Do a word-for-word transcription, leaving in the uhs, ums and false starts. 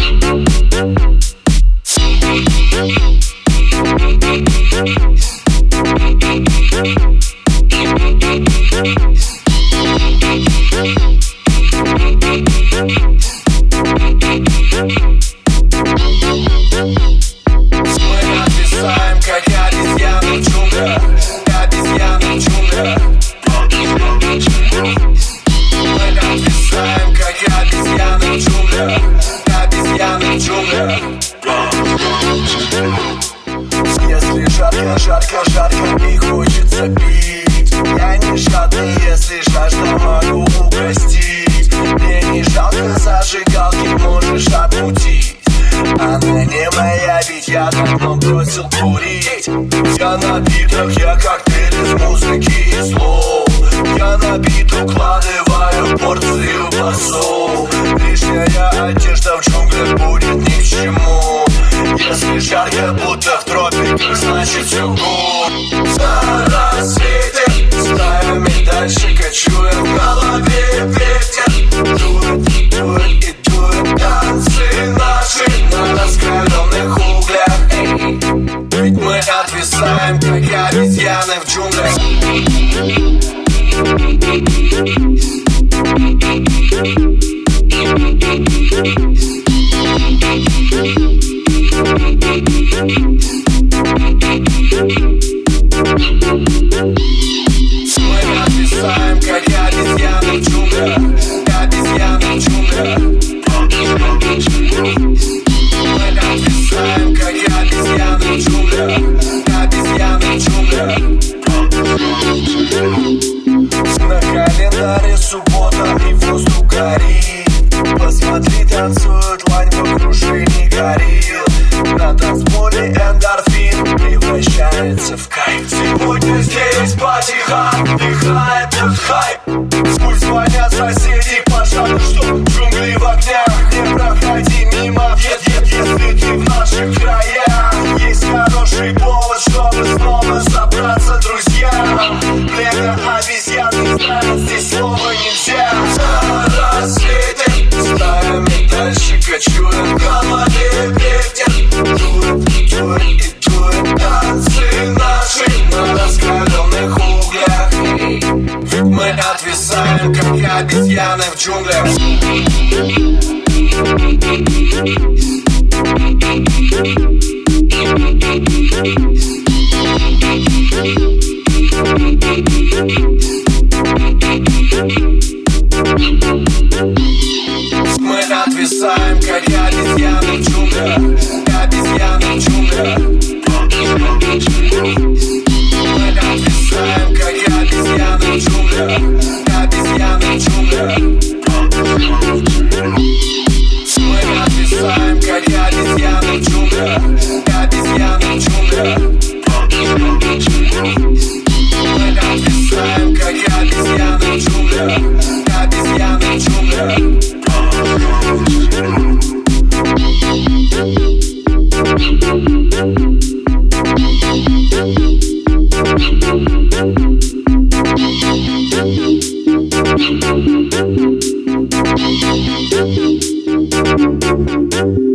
Если жарко, жарко, жарко и хочется пить, я не жадный, если жажда, могу угостить. Мне не жалко зажигалки, можешь отмутить. Она не моя, ведь я давно бросил курить. Я напиток, я коктейль из музыки и слов. Я набит, укладываю порцию басов. Лишняя одежда в джунглях будет ни к чему. Если жарко, будто в тропиках, значит все гуд. На рассвете стаями дальше кочуя, в голове ветер дует, дует и дует. Танцы наши на раскаленных углях, эй. Ведь мы отвисаем, как обезьяны в джунглях. Мы отвисаем, как обезьяны в джунглях, обезьяны в джунглях. Мы отвисаем, как обезьяны в джунглях, обезьяны в джунглях. На календаре суббота и воздух горит. Посмотри, танцует лань в окружении горилл. На танцполе эндорфин превращается в кайф. Сегодня здесь патиха, вдыхает тут хайп. Пусть звонят соседи, пожалуй, что джунгли в огнях. Не проходи мимо, если ты в наших краях. Есть хороший повод, чтобы снова собраться, друзья. Племя обезьян не знает, здесь слова нельзя. На рассвете стаями дальше кочуя, в голове ветер дует, дует и дует. Танцы наши на раскаленных углях, ведь мы отвисаем, как обезьяны в джунглях. Мы отвисаем, как обезьяны в джунглях, обезьяны в джунглях. Мы отвисаем, как обезьяны в джунглях, обезьяны в джунглях. Мы отвисаем, как обезьяны в джунглях, обезьяны в джунглях. Мы отвисаем, как обезьяны в джунглях, обезьяны в джунглях. Thank you.